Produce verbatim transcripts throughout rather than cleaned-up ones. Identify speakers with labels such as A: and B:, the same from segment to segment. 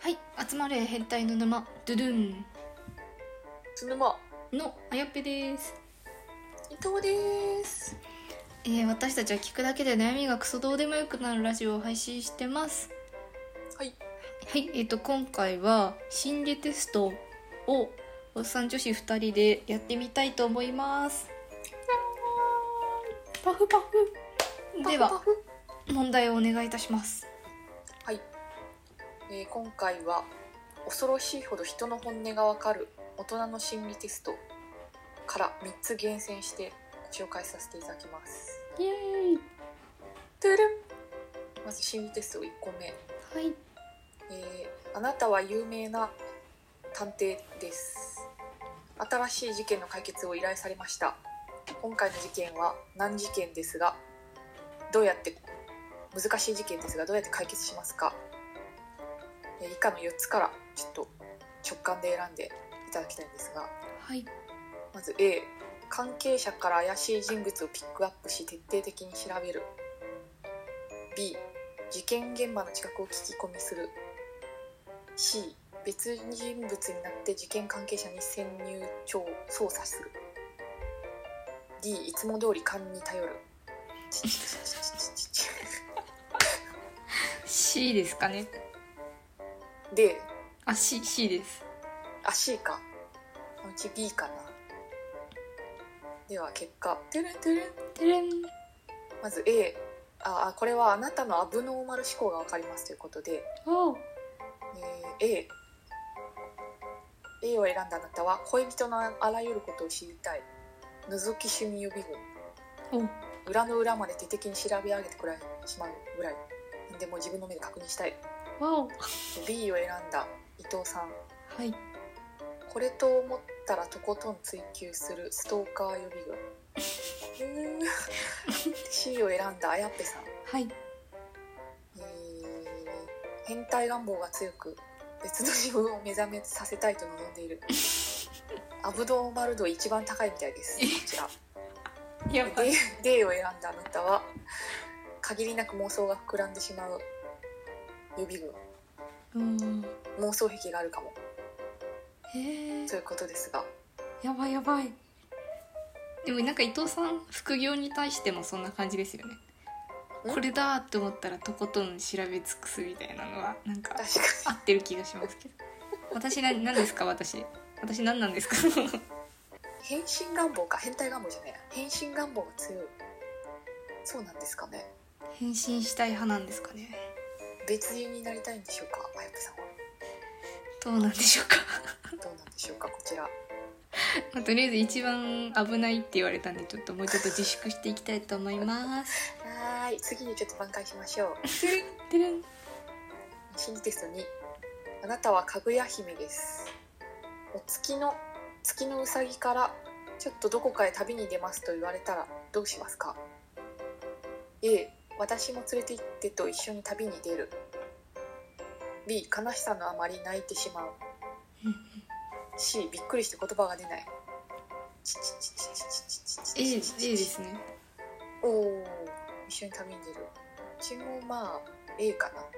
A: はい、集まれ変態の沼ドゥドゥン
B: つぬま
A: のあやっぺです。
B: 伊藤です。
A: えー、私たちは聞くだけで悩みがクソどうでもよくなるラジオを配信してます。
B: はい
A: はい、えーと今回は心理テストをおっさん女子ふたりでやってみたいと思います。パフパフでは
B: パフパフ
A: 問題をお願いいたします。
B: はい、えー、今回は恐ろしいほど人の本音がわかる大人の心理テストからみっつ厳選してご紹介させていただきます。
A: イエーイ。
B: トゥルン。まず心理テストいっこめ、
A: はい、
B: えー、あなたは有名な探偵です。新しい事件の解決を依頼されました。今回の事件は難事件ですがどうやって難しい事件ですがどうやって解決しますか。えー以下のよっつからちょっと直感で選んでいただきたいんですが、
A: はい、
B: まず A、 関係者から怪しい人物をピックアップし徹底的に調べる。 B、 事件現場の近くを聞き込みする。 C、 別人物になって事件関係者に潜入調捜査する。 D、 いつも通り勘に頼る。
A: C ですかね。
B: D、
A: あ、C、C です。
B: あ C か、うち B かな。では結果、てれんてれん。
A: てれん。
B: まず A、 あこれはあなたのアブノーマル思考が分かりますということで、
A: おう。
B: えー A A を選んだあなたは恋人のあらゆることを知りたい覗き趣味予備軍。
A: おう。
B: 裏の裏まで徹底的に調べ上げてくらいしまうぐらいでも自分の目で確認したい。
A: わお。
B: B を選んだ伊藤さん、
A: はい。
B: これと思ったらとことん追求するストーカー予備軍。C を選んだあやっぺさん、
A: はい。
B: えー変態願望が強く別の自分を目覚めさせたいと望んでいる。アブドーマル度一番高いみたいです。こちら。
A: やばい。
B: D, D を選んだあなたは限りなく妄想が膨らんでしまう予備軍。
A: うん。
B: 妄想癖があるかも
A: へえ。
B: ということですが、
A: やばいやばい。でもなんか伊藤さん副業に対してもそんな感じですよね。これだって思ったらとことん調べ尽くすみたいなのはなんか
B: 確か
A: 合ってる気がしますけど。私な何ですか私私何なんですか。
B: に変身願望か、変態願望じゃないな、変身願望が強い。そうなんですかね。
A: 変身したい派なんですかね。
B: 別人になりたいんでしょうか、あやっぺさんは。
A: どうなんでしょうか。
B: どうなんでしょうか、こちら。
A: まあ、とりあえず一番危ないって言われたんでちょっともうちょっと自粛していきたいと思います。
B: はーい、次にちょっと挽回しましょう。
A: てれん。
B: 心理テストに、あなたはかぐや姫です。お月の月のうさぎからちょっとどこかへ旅に出ますと言われたらどうしますか。 A、 私も連れて行ってと一緒に旅に出る。 B、 悲しさのあまり泣いてしまう。 C、 びっくりして言葉が出ない。
A: A, A ですね。
B: おお、一緒に旅に出る。うちもまあ A かな。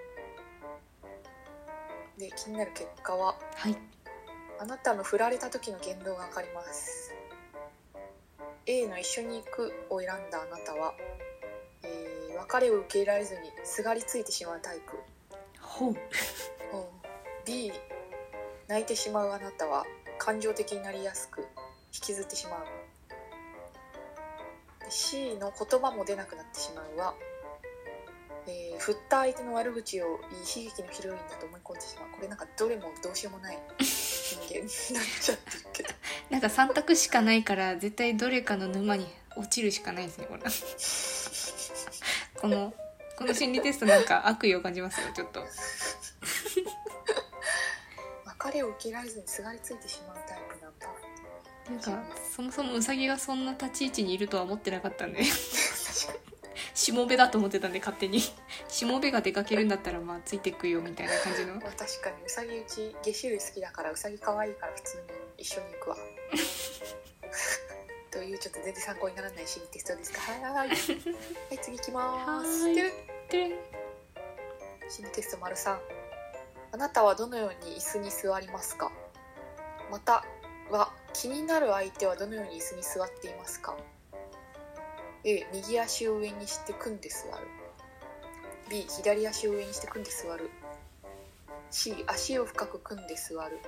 B: で、気になる結果は、
A: はい。
B: あなたの振られた時の言動が分かります。 A の一緒に行くを選んだあなたは、えー、別れを受け入れられずにすがりついてしまうタイプ。
A: ほう。
B: B、 泣いてしまうあなたは感情的になりやすく引きずってしまう。 C の言葉も出なくなってしまうは、えー、振った相手の悪口をいい悲劇のヒロインだと思い込んでしまう。これなんかどれもどうしようもない人間になっちゃってるけど
A: なんかさん択しかないから絶対どれかの沼に落ちるしかないですねこれ。このこの心理テストなんか悪意を感じますよちょっと。
B: 別れを受け入れられずにすがりついてしまうタイプなんだ。
A: なんかそもそもウサギがそんな立ち位置にいるとは思ってなかったんでしもべだと思ってたんで勝手にしもべが出かけるんだったらまあついてくよみたいな感じの。
B: まあ、確かにうさぎうち下種類好きだからうさぎ可愛いから普通に一緒に行くわというちょっと全然参考にならない心理テストですか。はーいはい次行きまーす。
A: はーい
B: てる
A: てれん。
B: 心理テスト丸さん、 あなたはどのように椅子に座りますか？または気になる相手はどのように椅子に座っていますか？ A、右足を上にして組んで座る。 B、左足を上にして組んで座る。 C、足を深く組んで座る。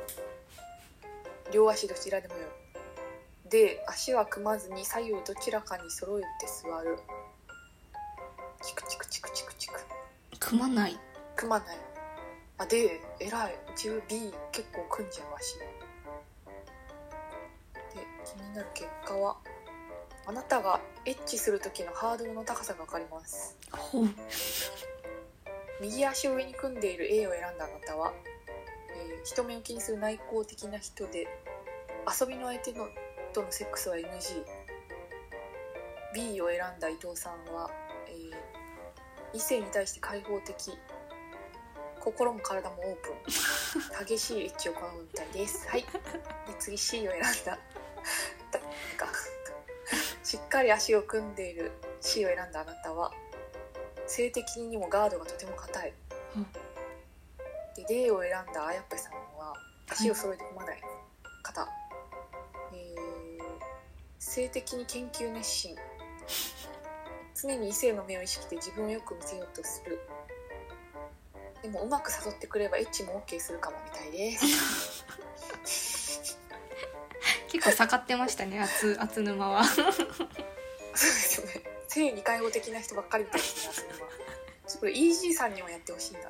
B: 両足どちらでもよい。 D、足は組まずに左右どちらかに揃えて座る。チクチクチクチクチク。
A: 組まない。
B: 組まない。あ、D、偉い。うちは B 結構組んじゃう足で、気になる結果は、あなたがエッチする時のハードルの高さが分かります。
A: ほう。
B: 右足を上に組んでいる A を選んだあなたは、えー、人目を気にする内向的な人で、遊びの相手のとのセックスは エヌジー。 B を選んだ伊藤さんは、えー、異性に対して開放的、心も体もオープン、激しいエッチを好むみたいです。はい。で次 C を選んだなんかしっかり足を組んでいる C を選んだあなたは、性的にもガードがとても硬い、
A: うん、
B: で D を選んだあやっぺさんは足を揃えて組まない方、はい、えー、性的に研究熱心、常に異性の目を意識して自分をよく見せようとする。でもうまく誘ってくればエッチも OK するかもみたいです
A: 結構盛ってましたね、厚厚沼はそう
B: ですよね、性に開放的な人ばっかりみたいですね、厚沼。これ イージー さんにもやってほしいな。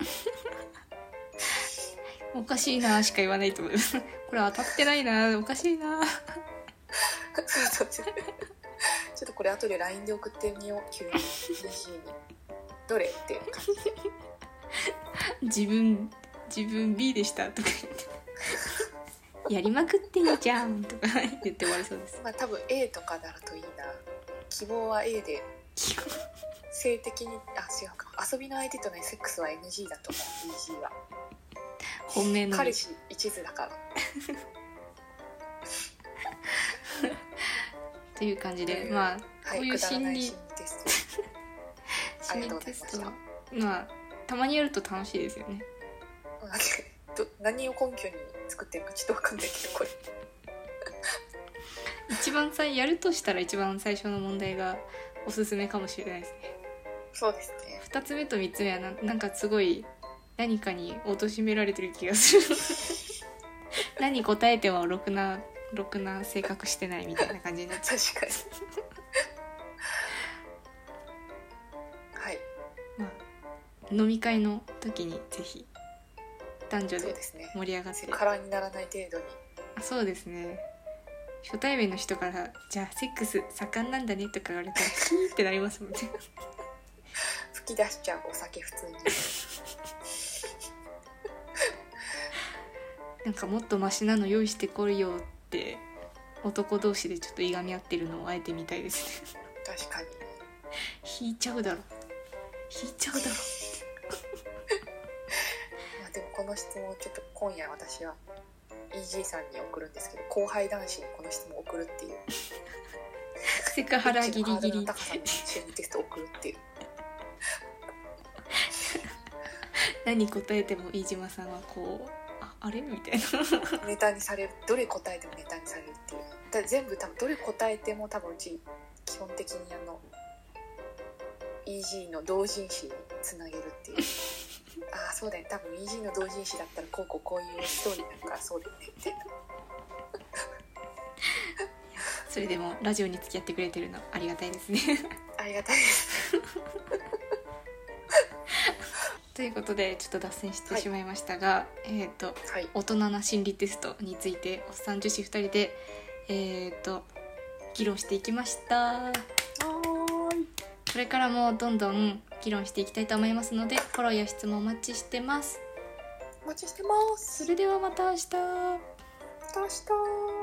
A: おかしいなしか言わないと思うこれ当たってないな、おかしいな
B: そうそう、ちょっとこれ後で ライン で送ってみよう、急に イージー にどれっていう感じで
A: 自分自分 B でしたとか言ってやりまくってんじゃんとか言って終わりそうです。
B: まあ多分 A とかなるといいな。希望は A で、性的に、あ、違うか、遊びの相手とねセックスは エヌジー だと思う。 イージー は
A: 本命の
B: 彼氏一途だから
A: という感じで、まあ、
B: はい、
A: こういう心理
B: 心理テスト
A: 心理テストはまあたまにやると楽しいですよね。
B: ど何を根拠に作ってるかちょっと分かんないけど、これ
A: 一番最やるとしたら一番最初の問題がおすすめかもしれないですね。
B: そうですね。
A: ふたつめとみっつめは な, なんかすごい何かに貶められてる気がする何答えてもろくなろくな性格してないみたいな感じになっちゃう
B: 確かにはい、
A: まあ、飲み会の時にぜひ男女で盛り上がって、
B: セクハラにならない程度に。
A: あ、そうですね。初対面の人からじゃあセックス盛んなんだねとか言われたらキーってなりますもんね
B: 吹き出しちゃう、お酒普通に
A: なんかもっとマシなの用意してこいよって男同士でちょっといがみ合ってるのをあえて見たいですね
B: 確かに
A: 引いちゃうだろ引いちゃうだろ
B: まあでもこの質問ちょっと今夜私は イージー さんに送るんですけど、後輩男子にこの質問を送るっていう
A: セクハラギリギリ
B: ハードルの高さの心理テストを送るっていう
A: 何答えても飯島さんはこう あ, あれみたいな
B: ネタにされる、どれ答えてもネタにされるっていう。だ全部多分どれ答えても多分うち基本的にあの イージー の同人誌につなげるっていうああそうだね、多分 イージー の同人誌だったらこうこうこういうストーリーだからそうだよねみたいな
A: それでもラジオに付き合ってくれてるのありがたいですね
B: ありがたいです
A: ということでちょっと脱線してしまいましたが、はい、えっ、ー、と、
B: はい、
A: 大人な心理テストについておっさん女子ふたりでえっ、ー、と議論していきました。
B: はーい。
A: これからもどんどん議論していきたいと思いますのでフォローや質問お待ちしてます。
B: お待ちしてます。
A: それではまた明日。
B: また明日。